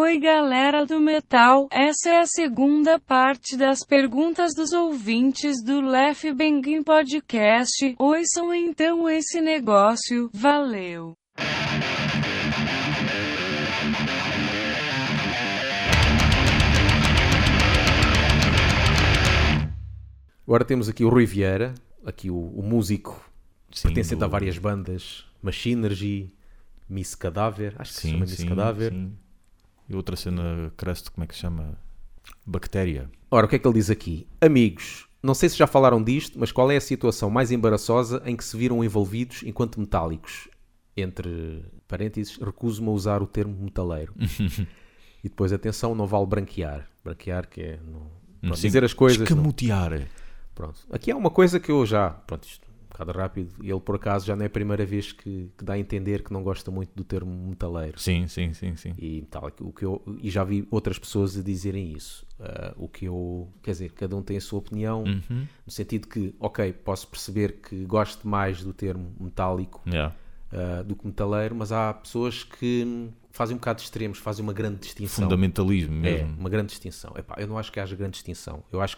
Oi galera do metal, essa é a segunda parte das perguntas dos ouvintes do Left Banging Podcast. Ouçam então esse negócio, valeu! Agora temos aqui o Rui Vieira, aqui o músico, Sim, pertencente a várias bandas, Machinergy, Miss Cadáver, acho que se chama Miss Cadáver. Sim. E outra cena, Crust, como é que se chama? Bactéria. Ora, o que é que ele diz aqui? Amigos, não sei se já falaram disto, mas qual é a situação mais embaraçosa em que se viram envolvidos enquanto metálicos? Entre parênteses, recuso-me a usar o termo metaleiro. E depois, atenção, não vale branquear. Branquear que é pronto, dizer as coisas... Escamotear. Pronto. Aqui há uma coisa que eu já... Pronto, isto um bocado rápido. E ele, por acaso, já não é a primeira vez que dá a entender que não gosta muito do termo metaleiro. Sim. E, tal, e já vi outras pessoas a dizerem isso. Quer dizer, cada um tem a sua opinião, no sentido que, ok, posso perceber que gosto mais do termo metálico do que metaleiro, mas há pessoas que fazem um bocado de extremos, fazem uma grande distinção. Fundamentalismo mesmo. É, uma grande distinção. Epá, eu não acho que haja grande distinção. Eu acho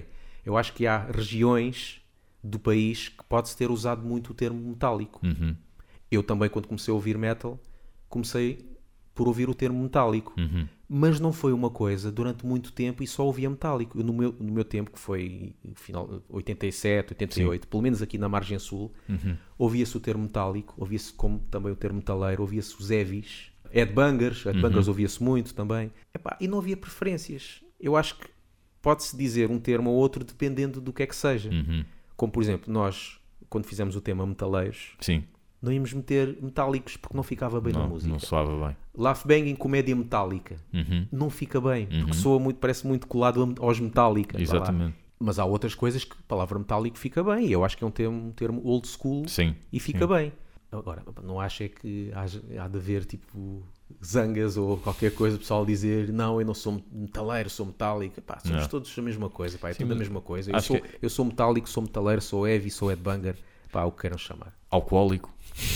que há regiões do país que pode-se ter usado muito o termo metálico. Eu também, quando comecei a ouvir metal, comecei por ouvir o termo metálico. Mas não foi uma coisa durante muito tempo e só ouvia metálico. No meu tempo, que foi final 87, 88, sim, pelo menos aqui na margem sul, ouvia-se o termo metálico, ouvia-se como também o termo metaleiro, ouvia-se os heavies, headbangers ouvia-se muito também. Epá, e não havia preferências. Eu acho que pode-se dizer um termo ou outro dependendo do que é que seja. Como, por exemplo, nós, quando fizemos o tema metaleiros, sim, não íamos meter metálicos porque não ficava bem na música. Não soava bem. Laugh Banging, comédia metálica, não fica bem, porque soa muito, parece muito colado aos Metallica. Exatamente. Mas há outras coisas que a palavra metálico fica bem, e eu acho que é um termo old school, sim, e fica bem. Agora, não acho é que há de haver tipo zangas ou qualquer coisa, o pessoal dizer não, eu não sou metaleiro, sou metálico. Pá, somos todos a mesma coisa, pá, é tudo a mesma coisa. Eu sou metálico, sou metaleiro, sou heavy, sou headbanger, pá, o que queiram chamar. Alcoólico.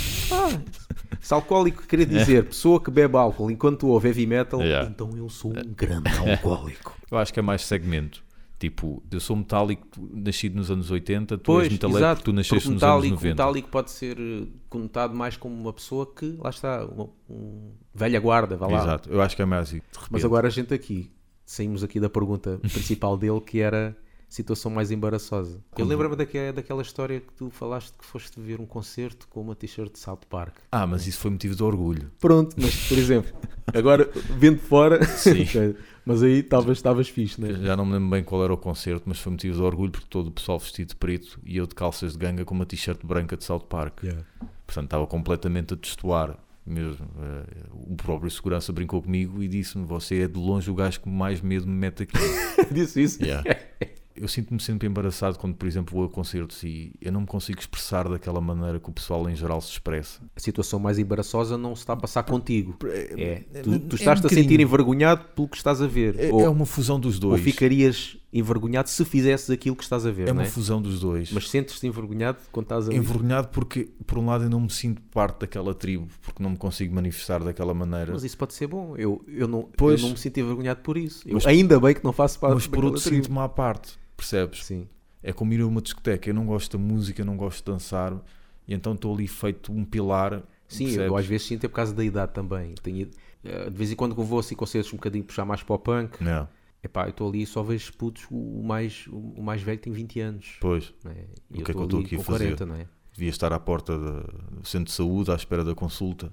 Se alcoólico queria dizer pessoa que bebe álcool enquanto ouve heavy metal, então eu sou um grande alcoólico. Eu acho que é mais segmento. Tipo, eu sou metálico, nascido nos anos 80, tu és metaleiro porque tu nasceste nos anos 90. Metálico pode ser conotado mais como uma pessoa que, lá está, velha guarda, vá lá. Exato, eu acho que é mais assim. Mas agora a gente saímos aqui da pergunta principal dele, que era situação mais embaraçosa. Eu lembro-me daquela história que tu falaste que foste ver um concerto com uma t-shirt de South Park. Mas isso foi motivo de orgulho. Pronto, mas por exemplo, agora vendo fora... Sim. Mas aí estavas fixe, não é? Já não me lembro bem qual era o concerto, mas foi motivo de orgulho porque todo o pessoal vestido de preto e eu de calças de ganga com uma t-shirt branca de South Park. Portanto, estava completamente a destoar mesmo. O próprio segurança brincou comigo e disse-me: você é de longe o gajo que mais medo me mete aqui. Disse isso? Eu sinto-me sempre embaraçado quando, por exemplo, vou a concertos e eu não me consigo expressar daquela maneira que o pessoal em geral se expressa. A situação mais embaraçosa não se está a passar contigo. Tu estás-te a sentir envergonhado pelo que estás a ver. É uma fusão dos dois. Ou ficarias envergonhado se fizesses aquilo que estás a ver. É uma fusão dos dois. Mas sentes-te envergonhado quando estás a ver? Envergonhado porque, por um lado, eu não me sinto parte daquela tribo, porque não me consigo manifestar daquela maneira. Mas isso pode ser bom. Eu não me sinto envergonhado por isso. Ainda bem que não faço parte daquela tribo. Mas por outro, sinto-me à parte. Percebes? Sim. É como ir a uma discoteca. Eu não gosto da música, eu não gosto de dançar e então estou ali feito um pilar. Sim, percebes? eu às vezes sinto por causa da idade também. De vez em quando vou assim concertos um bocadinho puxar mais para o punk. Epá, eu estou ali e só vejo putos. O mais velho tem 20 anos. Pois. E o que é que eu estou aqui a fazer? 40, não é? Devia estar à porta do centro de saúde à espera da consulta.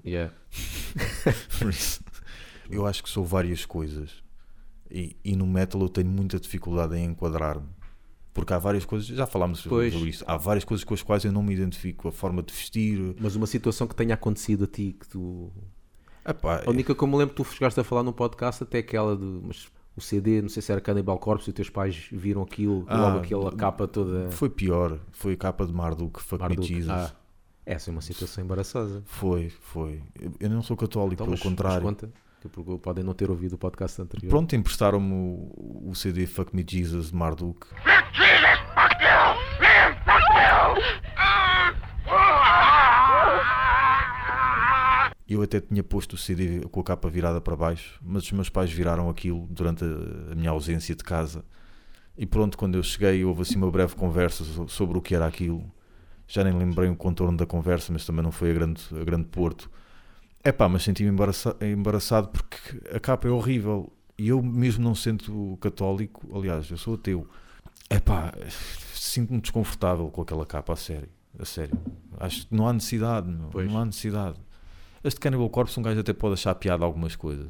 Por isso, eu acho que sou várias coisas e no metal eu tenho muita dificuldade em enquadrar-me. Porque há várias coisas, já falámos sobre isso, há várias coisas com as quais eu não me identifico, a forma de vestir. Mas uma situação que tenha acontecido a ti, que tu... a única que eu me lembro que tu chegaste a falar num podcast, até aquela mas o CD, não sei se era Cannibal Corpse, e os teus pais viram aquilo, logo aquela capa toda... Foi pior, foi a capa de Marduk, Fuck Me Jesus. Essa é uma situação embaraçosa. Foi. Eu não sou católico, pelo contrário. Conta. Porque podem não ter ouvido o podcast anterior. Pronto, emprestaram-me o CD Fuck Me Jesus de Marduk. Eu até tinha posto o CD com a capa virada para baixo, mas os meus pais viraram aquilo durante a minha ausência de casa. E pronto, quando eu cheguei, houve assim uma breve conversa sobre o que era aquilo. Já nem lembrei o contorno da conversa, mas também não foi a grande porto. Mas senti-me embaraçado porque a capa é horrível. E eu mesmo não sendo católico, aliás, eu sou ateu. Sinto-me desconfortável com aquela capa, a sério. Acho que não há necessidade, não há necessidade. Este Cannibal Corpse, um gajo até pode achar piada algumas coisas.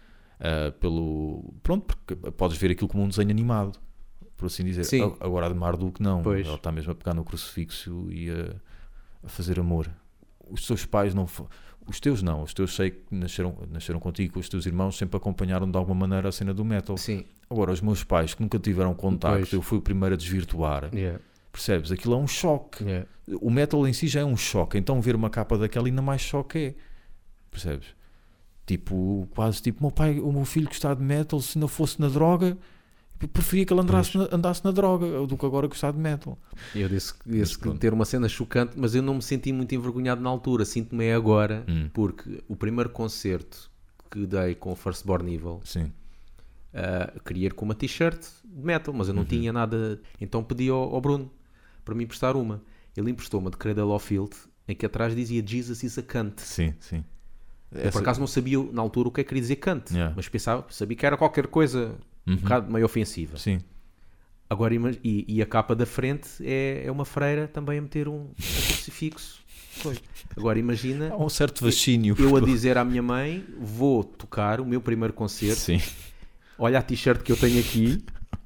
Porque podes ver aquilo como um desenho animado, por assim dizer. Sim. Agora a de Marduk não. Pois. Ela está mesmo a pegar no crucifixo e a fazer amor. Os teus pais não... Os teus não. Os teus sei que nasceram contigo, os teus irmãos sempre acompanharam de alguma maneira a cena do metal. Sim. Agora, os meus pais que nunca tiveram contacto, eu fui o primeiro a desvirtuar. Yeah. Percebes? Aquilo é um choque. Yeah. O metal em si já é um choque. Então ver uma capa daquela ainda mais choque é. Percebes? Tipo, quase tipo, o meu filho gostava de metal, se não fosse na droga, eu preferia que ele andasse na droga do que agora gostar de metal. Eu disse que ter uma cena chocante, mas eu não me senti muito envergonhado na altura, sinto-me agora, porque o primeiro concerto que dei com o Firstborn Evil, sim. Queria ir com uma t-shirt de metal, mas eu não tinha nada, então pedi ao Bruno para me emprestar uma. Ele emprestou uma de Cradle of Filth, em que atrás dizia Jesus is a cunt. Sim, sim. Eu por acaso não sabia na altura o que é que queria dizer cunt, mas sabia que era qualquer coisa um bocado meio ofensiva. Sim. Agora, e a capa da frente é uma freira também a meter um crucifixo. Agora imagina... Há um certo fascínio. Eu a dizer à minha mãe, vou tocar o meu primeiro concerto. Sim. Olha a t-shirt que eu tenho aqui.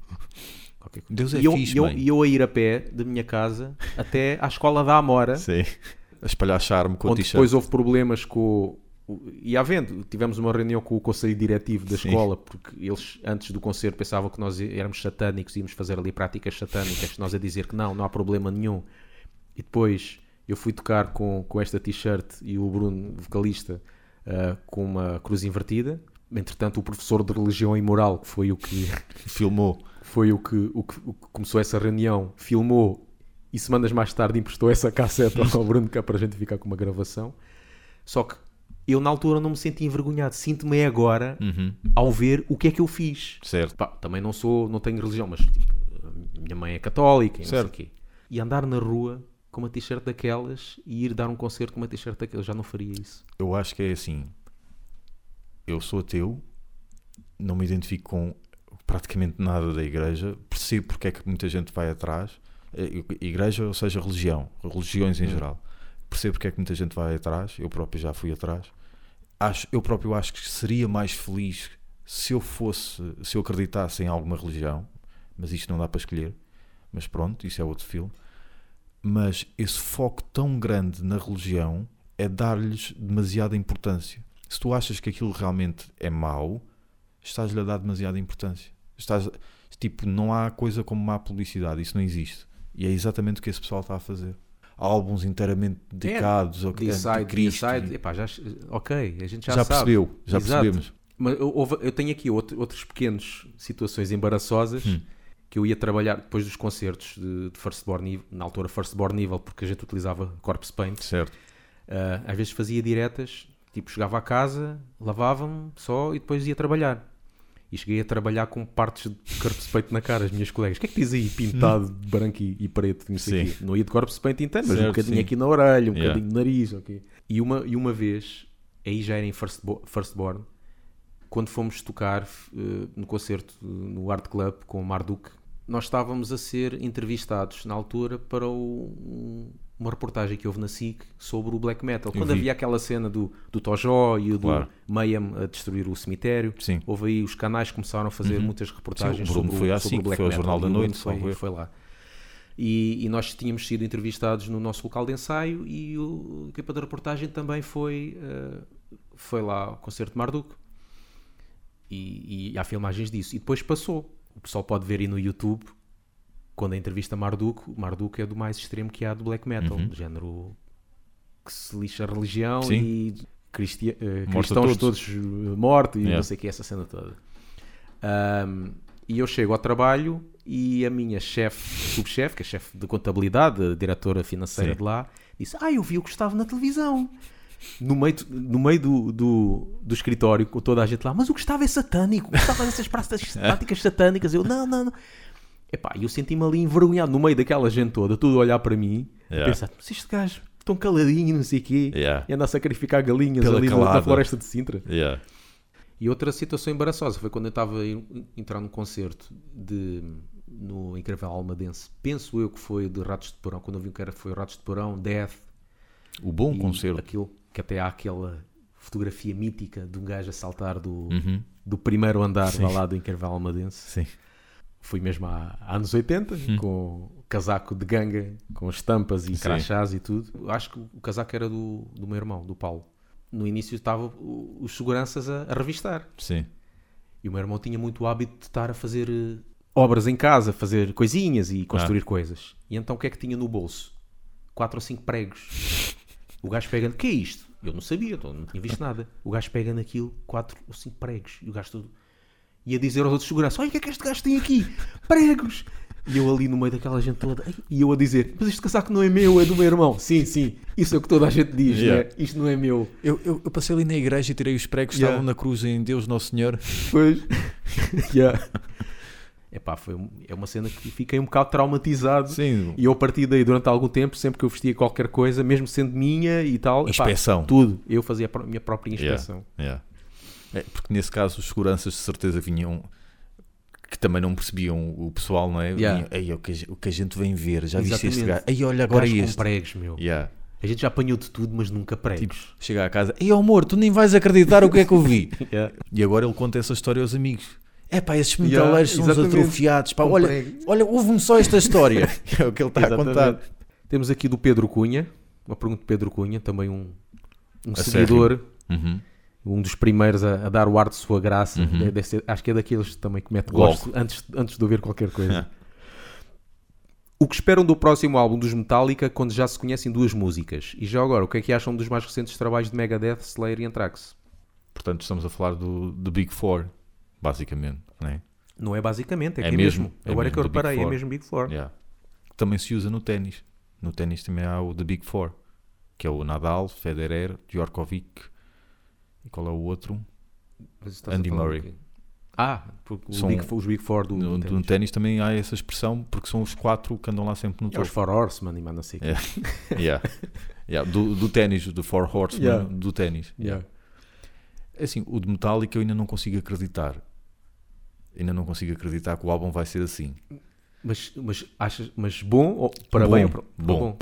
Deus é fixe, mãe. E eu a ir a pé da minha casa até à escola da Amora. Sim. A espalhar charme com o t-shirt. Depois houve problemas com... tivemos uma reunião com o conselho diretivo da escola, porque eles antes do concerto pensavam que nós éramos satânicos, íamos fazer ali práticas satânicas, nós a dizer que não há problema nenhum. E depois eu fui tocar com esta t-shirt e o Bruno, vocalista, com uma cruz invertida. Entretanto, o professor de religião e moral, que foi o que filmou, foi o que começou essa reunião, filmou e semanas mais tarde emprestou essa cassete ao Bruno cá para a gente ficar com uma gravação. Só que eu na altura não me senti envergonhado, sinto-me agora ao ver o que é que eu fiz. Certo. Também não tenho religião, mas tipo, minha mãe é católica e não sei o quê. E andar na rua com uma t-shirt daquelas e ir dar um concerto com uma t-shirt daquelas, já não faria isso. Eu acho que é assim, eu sou ateu, não me identifico com praticamente nada da igreja, percebo porque é que muita gente vai atrás, igreja, ou seja, religiões em geral. Percebo porque é que muita gente vai atrás, eu próprio já fui atrás. Eu próprio acho que seria mais feliz se eu acreditasse em alguma religião, mas isto não dá para escolher. Mas pronto, isso é outro filme. Mas esse foco tão grande na religião é dar-lhes demasiada importância. Se tu achas que aquilo realmente é mau, estás-lhe a dar demasiada importância. Não há coisa como má publicidade, isso não existe. E é exatamente o que esse pessoal está a fazer. Álbuns inteiramente dedicados ao Cristo. Ok, a gente já sabe. Percebeu, já percebemos. Mas eu tenho aqui outras pequenas situações embaraçosas que eu ia trabalhar depois dos concertos de Firstborn Evil, na altura Firstborn Evil, porque a gente utilizava Corpse Paint. Certo. Às vezes fazia diretas, tipo chegava a casa, lavava-me só e depois ia trabalhar. E cheguei a trabalhar com partes de Corpse Paint na cara, as minhas colegas. O que é que diz aí? Pintado de branco e preto. Não sei aqui. Não ia de Corpse Paint inteiro, mas um bocadinho aqui na orelha, um bocadinho no nariz. Okay. E uma vez, aí já era em Firstborn, quando fomos tocar no concerto no Art Club com o Marduk, nós estávamos a ser entrevistados na altura para uma reportagem que houve na SIC sobre o black metal. Quando havia aquela cena do Tojó e do Mayhem a destruir o cemitério, houve aí os canais que começaram a fazer muitas reportagens sobre o black metal. Foi o Jornal da Noite, foi lá. E nós tínhamos sido entrevistados no nosso local de ensaio e a equipa da reportagem também foi lá ao concerto de Marduk. E há filmagens disso. E depois passou. O pessoal pode ver aí no YouTube, quando a entrevista Marduk é do mais extremo que há do black metal, do género que se lixa a religião e cristãos todos mortos e não sei o que, essa cena toda. E eu chego ao trabalho e a minha subchefe, que é chefe de contabilidade, a diretora financeira de lá, disse: eu vi o Gustavo na televisão. no meio do escritório, com toda a gente lá, mas o Gustavo é satânico, o Gustavo faz essas práticas satânicas. Eu, não. Epá, eu senti-me ali envergonhado no meio daquela gente toda, tudo a olhar para mim, a pensar, mas este gajo tão caladinho, não sei o quê, e anda a sacrificar galinhas pela ali na floresta de Sintra. E outra situação embaraçosa foi quando eu estava a entrar num concerto no Incrível Almadense, penso eu que foi de Ratos de Porão, quando eu vi que foi Ratos de Porão, Death. O bom concerto. Aquilo que até há aquela fotografia mítica de um gajo a saltar do primeiro andar lá do Incrível Almadense. Sim. Fui mesmo há anos 80, com casaco de ganga, com estampas e crachás e tudo. Acho que o casaco era do meu irmão, do Paulo. No início estavam os seguranças a revistar. Sim. E o meu irmão tinha muito o hábito de estar a fazer obras em casa, fazer coisinhas e construir coisas. E então o que é que tinha no bolso? 4 ou 5 pregos. O gajo pega... O que é isto? Eu não sabia, não tinha visto nada. O gajo pega naquilo 4 ou 5 pregos. E o gajo todo... ia dizer aos outros seguranças, olha o que é que este gajo tem aqui? Pregos! E eu ali no meio daquela gente toda, e eu a dizer, mas este casaco não é meu, é do meu irmão. Sim, isso é o que toda a gente diz, né? Isto não é meu. Eu passei ali na igreja e tirei os pregos que estavam na cruz em Deus Nosso Senhor. Pois. Epá, é uma cena que fiquei um bocado traumatizado. Sim. E eu a partir daí, durante algum tempo, sempre que eu vestia qualquer coisa, mesmo sendo minha e tal... Inspeção. Epá, tudo. Eu fazia a minha própria inspeção. Porque nesse caso os seguranças de certeza vinham, que também não percebiam o pessoal, não é? Vinham, o que a gente vem ver, já viste este gajo? Aí olha agora este. Com pregos, meu. A gente já apanhou de tudo, mas nunca pregos. Tipo, chega à casa, ei amor, tu nem vais acreditar o que é que eu vi. E agora ele conta essa história aos amigos. Esses metaleiros são uns atrofiados. Pá, olha, ouve-me só esta história. É o que ele está a contar. Temos aqui do Pedro Cunha, uma pergunta de Pedro Cunha, também um seguidor. Um dos primeiros a dar o ar de sua graça. Acho que é daqueles também que mete gosto antes de ouvir qualquer coisa. O que esperam do próximo álbum dos Metallica quando já se conhecem 2 músicas? E já agora, o que é que acham dos mais recentes trabalhos de Megadeth, Slayer e Anthrax? Portanto, estamos a falar do Big Four, basicamente, não é? Não é basicamente, é mesmo. Agora é que eu reparei, é mesmo Big Four. Também se usa no ténis. No ténis também há o The Big Four, que é o Nadal, Federer, Djokovic. E qual é o outro? Andy Murray. Porque os Big Four do ténis também há essa expressão, porque são os 4 que andam lá sempre no topo. Os Four Horsemen e manda assim. Do ténis, do Four Horsemen do ténis. Assim, o de Metallica eu ainda não consigo acreditar. Ainda não consigo acreditar que o álbum vai ser assim. Mas achas bom ou para bem? Bom.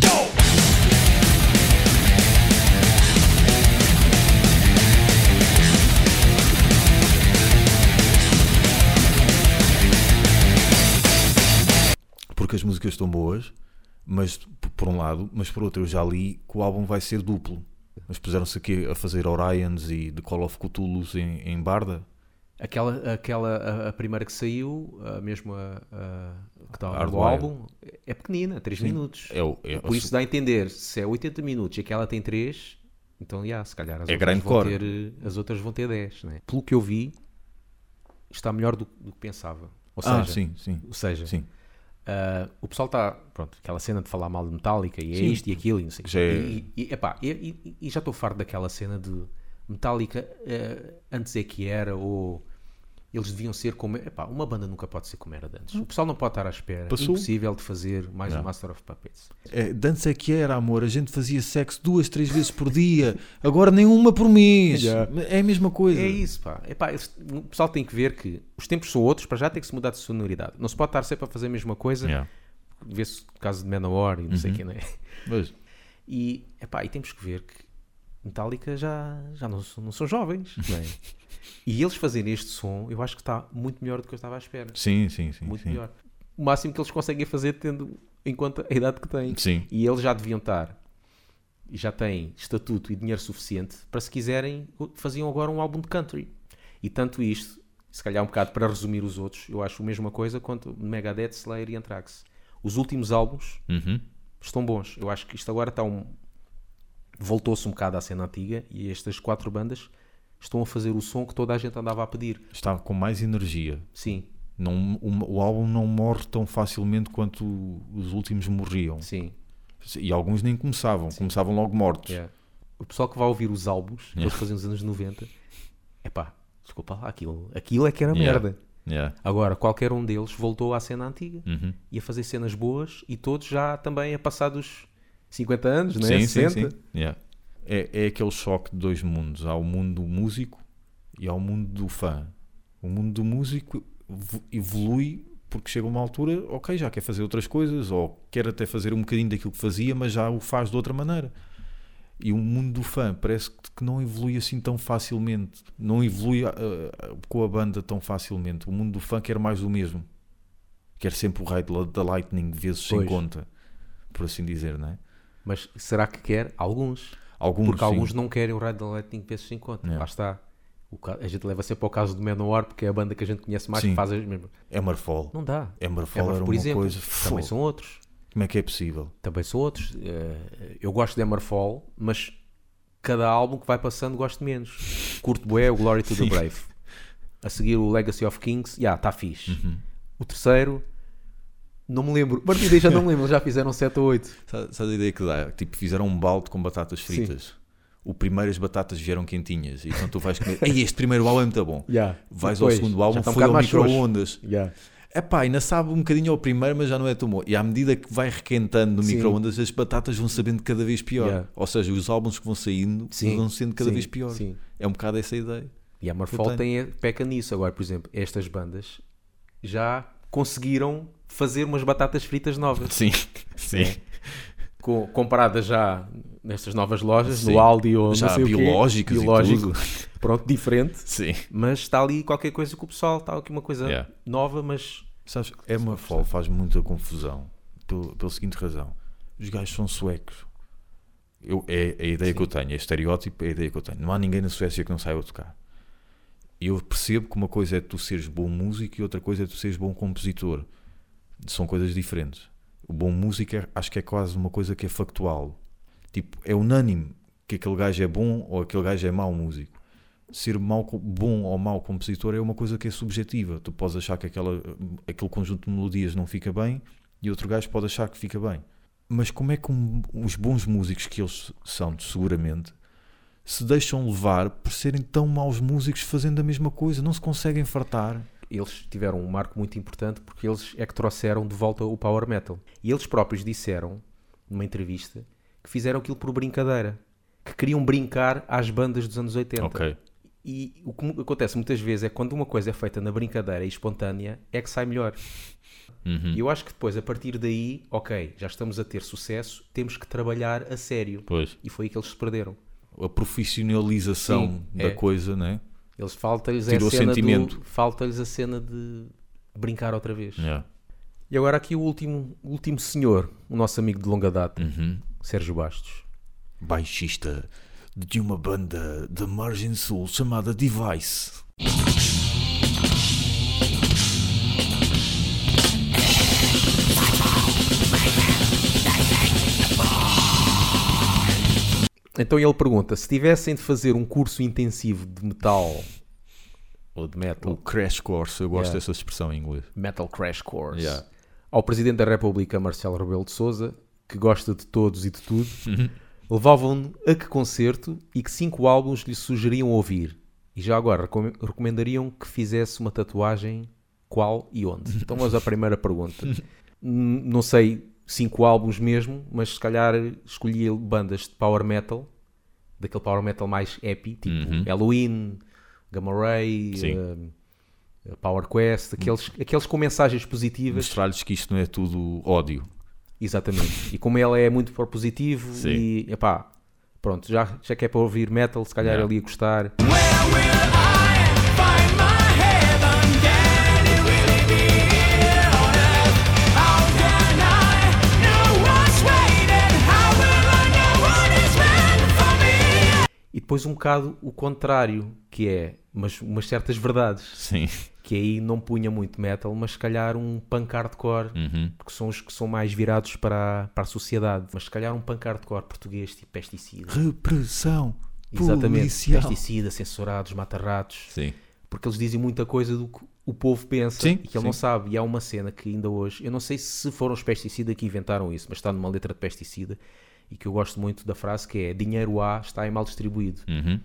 Porque as músicas estão boas, mas por um lado, mas por outro eu já li que o álbum vai ser duplo. Mas puseram-se aqui a fazer Orions e The Call of Cthulhu em Barda. A primeira que saiu, mesmo que está no álbum, é pequenina, 3 minutos. Por isso dá a entender, se é 80 minutos e aquela tem 3, então se calhar as outras vão ter 10. Né? Pelo que eu vi, está melhor do que pensava. Ou seja, sim. O pessoal está, pronto, aquela cena de falar mal de Metallica e isto e aquilo e não sei o quê. E já estou farto daquela cena de Metallica antes é que era, ou eles deviam ser como... uma banda nunca pode ser como era de antes. O pessoal não pode estar à espera. É impossível de fazer mais um Master of Puppets. De antes é que era, amor. A gente fazia sexo 2, 3 vezes por dia. Agora nenhuma por mês. É a mesma coisa. É isso, o pessoal tem que ver que os tempos são outros, para já tem que se mudar de sonoridade. Não se pode estar sempre a fazer a mesma coisa. Vê-se o caso de Manowar e não sei o que, não é? E temos que ver que Metallica já não são jovens, não é? E eles fazerem este som, eu acho que está muito melhor do que eu estava à espera. Sim. Muito melhor. O máximo que eles conseguem fazer tendo em conta a idade que têm. Sim. E eles já deviam estar, e já têm estatuto e dinheiro suficiente para, se quiserem, faziam agora um álbum de country. E tanto isto, se calhar um bocado para resumir os outros, eu acho a mesma coisa quanto Megadeth, Slayer e Anthrax. Os últimos álbuns estão bons. Eu acho que isto agora voltou-se um bocado à cena antiga, e estas 4 bandas estão a fazer o som que toda a gente andava a pedir. Está com mais energia. Sim. O álbum não morre tão facilmente quanto os últimos morriam. Sim. E alguns nem começavam logo mortos. o pessoal que vai ouvir os álbuns que eles faziam nos anos 90, desculpa lá, aquilo é que era merda. Agora, qualquer um deles voltou à cena antiga e a fazer cenas boas, e todos já também a passar dos 50 anos, né? 60. Sim. É aquele choque de dois mundos. Há o mundo do músico e há o mundo do fã. O mundo do músico evolui porque chega uma altura, ok, já quer fazer outras coisas, ou quer até fazer um bocadinho daquilo que fazia, mas já o faz de outra maneira. E o mundo do fã parece que não evolui assim tão facilmente, não evolui com a banda tão facilmente. O mundo do fã quer mais do mesmo, quer sempre o Ride the Lightning vezes sem conta, por assim dizer, não é? Mas será que quer? Alguns, porque alguns não querem o Ride the Lightning vezes sem conta. Lá está. A gente leva sempre ao caso do Manowar, porque é a banda que a gente conhece mais, que faz as mesmas. Hammerfall. Não dá. Hammerfall era uma coisa... Também são outros. Como é que é possível? Também são outros. Eu gosto de Hammerfall, mas cada álbum que vai passando gosto menos. Curto bué o Glory to the Brave. A seguir o Legacy of Kings, está fixe. O terceiro, não me lembro. A partir daí já não me lembro, já fizeram 7 ou 8. Sabe a ideia que dá? Tipo, fizeram um balde com batatas fritas. Sim. O primeiro as batatas vieram quentinhas, e então tu vais comer. Ei, este primeiro álbum é muito bom. Vais depois, ao segundo álbum, foi ao micro-ondas. Ainda sabe um bocadinho ao primeiro, mas já não é tão bom. E à medida que vai requentando no micro-ondas, as batatas vão sabendo cada vez pior. Ou seja, os álbuns que vão saindo vão sendo cada vez pior. É um bocado essa ideia. E a Hammerfall peca nisso. Agora, por exemplo, estas bandas já conseguiram fazer umas batatas fritas novas. Sim. Comparadas já nestas novas lojas, no Aldi ou já não sei biológicas o quê. E tudo. Pronto, diferente. Sim. Mas está ali qualquer coisa com o pessoal, está aqui uma coisa nova, mas... Sabes, Hammerfall faz muita confusão pela seguinte razão. Os gajos são suecos. É a ideia que eu tenho, é estereótipo, é a ideia que eu tenho. Não há ninguém na Suécia que não saiba tocar. E eu percebo que uma coisa é tu seres bom músico e outra coisa é tu seres bom compositor. São coisas diferentes. O bom músico acho que é quase uma coisa que é factual. Tipo, é unânime que aquele gajo é bom ou aquele gajo é mau músico. Ser bom ou mau compositor é uma coisa que é subjetiva. Tu podes achar que aquele conjunto de melodias não fica bem e outro gajo pode achar que fica bem. Mas como é que os bons músicos que eles são, seguramente, se deixam levar por serem tão maus músicos fazendo a mesma coisa? Não se conseguem fartar. Eles tiveram um marco muito importante porque eles é que trouxeram de volta o power metal. E eles próprios disseram, numa entrevista, que fizeram aquilo por brincadeira. Que queriam brincar às bandas dos anos 80. Okay. E o que acontece muitas vezes é que quando uma coisa é feita na brincadeira e espontânea, é que sai melhor. E eu acho que depois, a partir daí, já estamos a ter sucesso, temos que trabalhar a sério. Pois. E foi aí que eles se perderam. A profissionalização da coisa, não é? Eles falta-lhes a cena de brincar outra vez. E agora aqui o último senhor, o nosso amigo de longa data, Sérgio Bastos. Baixista de uma banda da Margem Sul chamada Device. Então ele pergunta, se tivessem de fazer um curso intensivo de metal ou de metal... O Crash Course, eu gosto dessa expressão em inglês. Metal Crash Course. Ao Presidente da República, Marcelo Rebelo de Sousa, que gosta de todos e de tudo, levavam-no a que concerto e que 5 álbuns lhe sugeriam ouvir. E já agora recomendariam que fizesse uma tatuagem, qual e onde? Então vamos à primeira pergunta. Não sei... 5 álbuns mesmo, mas se calhar escolhia bandas de power metal, daquele power metal mais happy, tipo Halloween, Gamma Ray, Power Quest, aqueles com mensagens positivas. Mostrar-lhes que isto não é tudo ódio. Exatamente. E como ele é muito positivo, e pronto, já que é para ouvir metal, se calhar ele ia gostar. E depois um bocado o contrário, que é umas certas verdades. Sim. Que aí não punha muito metal, mas se calhar um punk hardcore, porque são os que são mais virados para a sociedade. Mas se calhar um punk hardcore português, tipo Pesticida. Repressão Exatamente. Policial. Pesticida, Censurados, Mata-ratos. Sim. Porque eles dizem muita coisa do que o povo pensa e que ele não sabe. E há uma cena que ainda hoje, eu não sei se foram os Pesticida que inventaram isso, mas está numa letra de Pesticida, e que eu gosto muito da frase, que é: dinheiro há, está mal distribuído. Dinheiro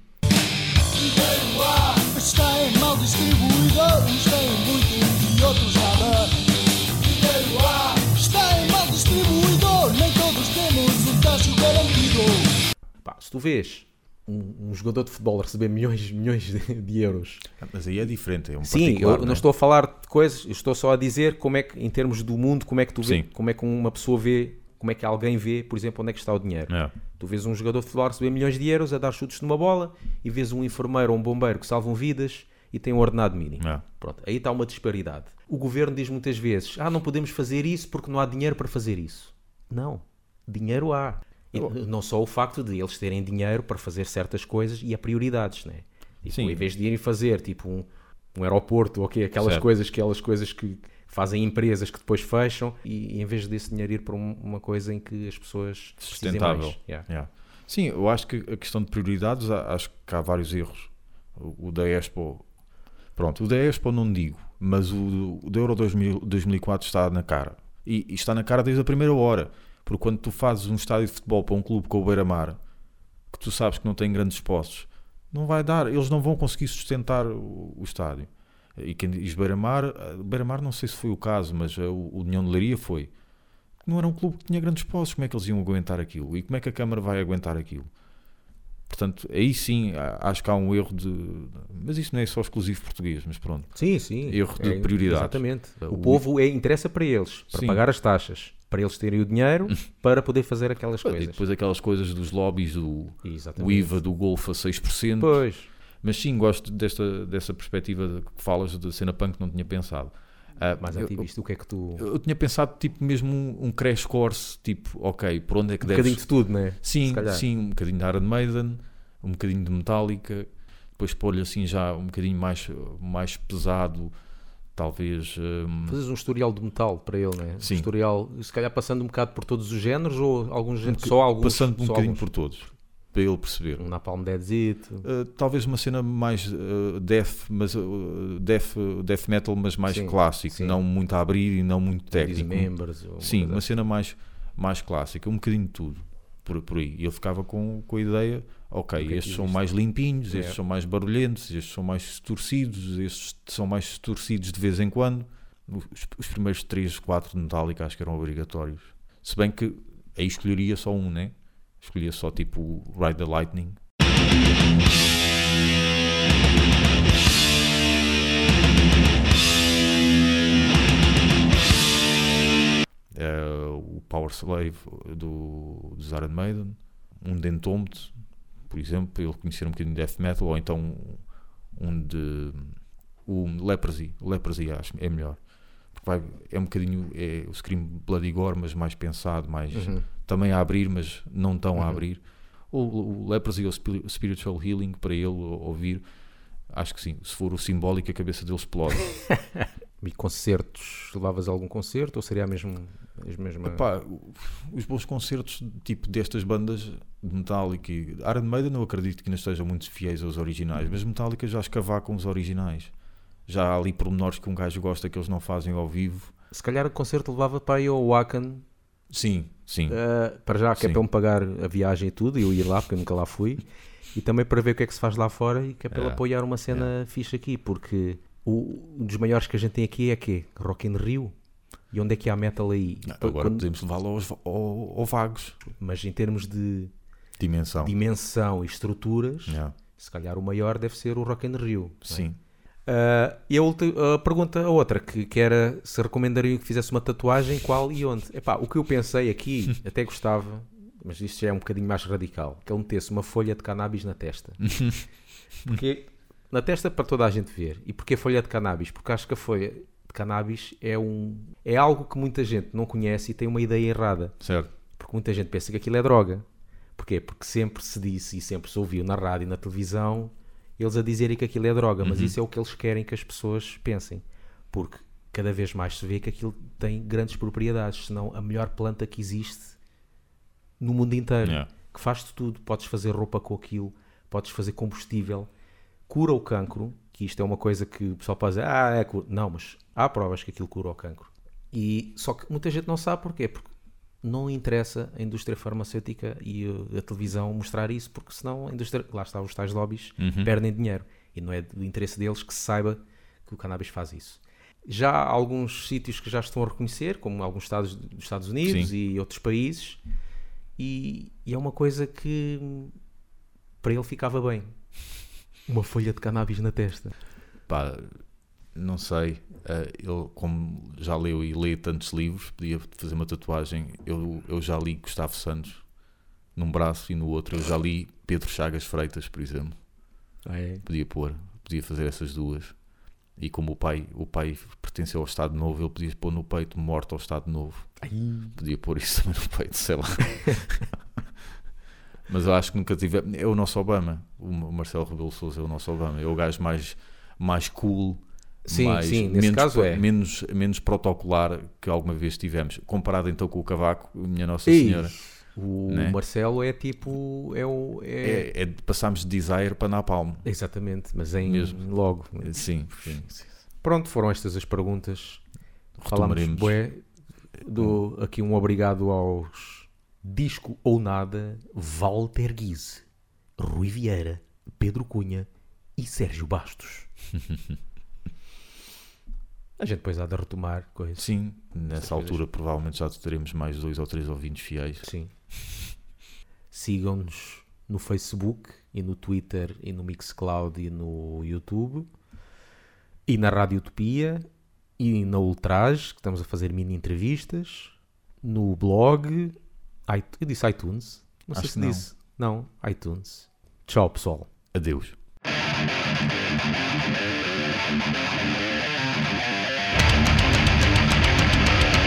há, está mal distribuído, uns têm muito e outros nada. Dinheiro há, está mal distribuído, nem todos temos um tacho garantido. Pá, se tu vês um jogador de futebol a receber milhões de euros... Mas aí é diferente, é um Sim, particular. eu não estou a falar de coisas, eu estou só a dizer como é que, em termos do mundo, como é que tu vê, Sim. como é que uma pessoa vê, como é que alguém vê, por exemplo, onde é que está o dinheiro. É. Tu vês um jogador de futebol a receber milhões de euros a dar chutes numa bola e vês um enfermeiro ou um bombeiro que salvam vidas e tem um ordenado mínimo. É. Pronto, aí está uma disparidade. O governo diz muitas vezes: não podemos fazer isso porque não há dinheiro para fazer isso. Não, dinheiro há. E não só o facto de eles terem dinheiro para fazer certas coisas e há prioridades, né? Tipo, em vez de irem fazer tipo um aeroporto ou aquelas coisas que fazem empresas que depois fecham, e em vez desse dinheiro ir para uma coisa em que as pessoas precisem mais. Yeah. Sim, eu acho que a questão de prioridades, acho que há vários erros. O da Expo, pronto, o da Expo não digo, mas o da Euro 2004 está na cara. E está na cara desde a primeira hora. Porque quando tu fazes um estádio de futebol para um clube como o Beira-Mar, que tu sabes que não tem grandes postos, não vai dar, eles não vão conseguir sustentar o estádio. E quem diz Beira-Mar não sei se foi o caso, mas o União de Leiria foi. Não era um clube que tinha grandes postos, como é que eles iam aguentar aquilo? E como é que a Câmara vai aguentar aquilo? Portanto, aí sim, acho que há um erro de... Mas isso não é só exclusivo português, mas pronto. Sim. Erro de prioridades. Exatamente. O povo interessa para eles, para pagar as taxas, para eles terem o dinheiro para poder fazer aquelas coisas. E depois aquelas coisas dos lobbies, o IVA do Golfo a 6%. Pois. Mas sim, gosto dessa perspectiva que falas de cena punk, que não tinha pensado. Mais ativista, o que é que tu... Eu tinha pensado tipo mesmo um crash course, tipo, ok, por onde é que deves... bocadinho de tudo, não é? Sim, um bocadinho de Iron Maiden, um bocadinho de Metallica, depois pôr-lhe assim já um bocadinho mais pesado, talvez... Fazes um historial de metal para ele, não é? Sim. Um historial, se calhar passando um bocado por todos os géneros, ou alguns géneros, passando um bocadinho por todos, para ele perceber. Um Napalm Deadzito. Talvez uma cena mais death metal, mas mais clássico, não muito a abrir e não muito técnico. Sim, uma cena mais clássica, um bocadinho de tudo por aí. E ele ficava com a ideia: ok, estes são mais limpinhos, estes são mais barulhentos, estes são mais torcidos, estes são mais torcidos de vez em quando. Os primeiros 3, 4 de Metallica acho que eram obrigatórios. Se bem que aí escolheria só um, né? Escolhia só tipo o Ride the Lightning. O Power Slave dos Iron Maiden, um de Entombed, por exemplo, para ele conhecer um bocadinho de death metal, ou então o Leprosy. O Leprosy acho é melhor, porque é um bocadinho o Scream Bloody Gore, mas mais pensado, mais também a abrir, mas não tão a abrir. O Leprosy ou Spiritual Healing, para ele ouvir, acho que sim. Se for o simbólico, a cabeça dele explode. E concertos, levavas algum concerto ou seria a mesma... Epá, os bons concertos tipo destas bandas de Metallica e Iron Maiden, não acredito que ainda estejam muito fiéis aos originais, mas Metallica já escavar com os originais. Já há ali pormenores que um gajo gosta que eles não fazem ao vivo. Se calhar o concerto levava para ir ao Wacken. Sim. Para já, que é para me pagar a viagem e tudo, e eu ir lá, porque eu nunca lá fui, e também para ver o que é que se faz lá fora, e que é para ele apoiar uma cena fixe aqui, porque um dos maiores que a gente tem aqui é que Rock in Rio. E onde é que há metal aí? Agora podemos levá-lo ao Vagos. Mas em termos de dimensão e estruturas, se calhar o maior deve ser o Rock in Rio. Sim. E a pergunta, a outra, que era se recomendariam que fizesse uma tatuagem, qual e onde? Epá, o que eu pensei aqui, até gostava, mas isto já é um bocadinho mais radical, que ele metesse uma folha de cannabis na testa. Porque na testa para toda a gente ver. E porquê folha de cannabis? Porque acho que a folha de cannabis é algo que muita gente não conhece e tem uma ideia errada. Certo. Porque muita gente pensa que aquilo é droga. Porquê? Porque sempre se disse e sempre se ouviu na rádio e na televisão eles a dizerem que aquilo é droga, mas isso é o que eles querem que as pessoas pensem, porque cada vez mais se vê que aquilo tem grandes propriedades, senão a melhor planta que existe no mundo inteiro, que faz-te tudo. Podes fazer roupa com aquilo, podes fazer combustível, cura o cancro, que isto é uma coisa que o pessoal pode dizer, não, mas há provas que aquilo cura o cancro. E só que muita gente não sabe porquê, porque não interessa a indústria farmacêutica e a televisão mostrar isso, porque senão a indústria, lá está, os tais lobbies perdem dinheiro e não é do interesse deles que se saiba que o cannabis faz isso. Já há alguns sítios que já estão a reconhecer, como alguns estados dos Estados Unidos e outros países, e é uma coisa que para ele ficava bem. Uma folha de cannabis na testa. Pá, não sei. Ele, como já leu e lê tantos livros, podia fazer uma tatuagem. Eu já li Gustavo Santos num braço e no outro. Eu já li Pedro Chagas Freitas, por exemplo. Podia fazer essas duas. E como o pai pertenceu ao Estado Novo, ele podia pôr no peito Morte ao Estado Novo. Podia pôr isso também no peito, sei lá. Mas eu acho que nunca tive. É o nosso Obama. O Marcelo Rebelo de Sousa é o nosso Obama. É o gajo mais cool. Sim, nesse menos, caso é. Menos protocolar que alguma vez tivemos. Comparado então com o Cavaco, minha Nossa Senhora. O Marcelo é tipo... Passámos de Desire para Napalm. Exatamente, mas mesmo. Logo. Sim. Pronto, foram estas as perguntas. Falámos aqui um obrigado aos Disco ou Nada, Walter Guise, Rui Vieira, Pedro Cunha e Sérgio Bastos. A gente depois há de retomar coisas. Sim, nessa altura provavelmente já teremos mais 2 ou 3 ouvintes fiéis. Sim. Sigam-nos no Facebook e no Twitter e no Mixcloud e no YouTube e na Rádio Utopia e na Ultraje, que estamos a fazer mini entrevistas, no blog. Eu disse iTunes? Não sei se disse. Não, iTunes. Tchau, pessoal. Adeus.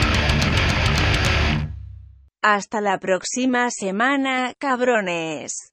Hasta la próxima semana, cabrones.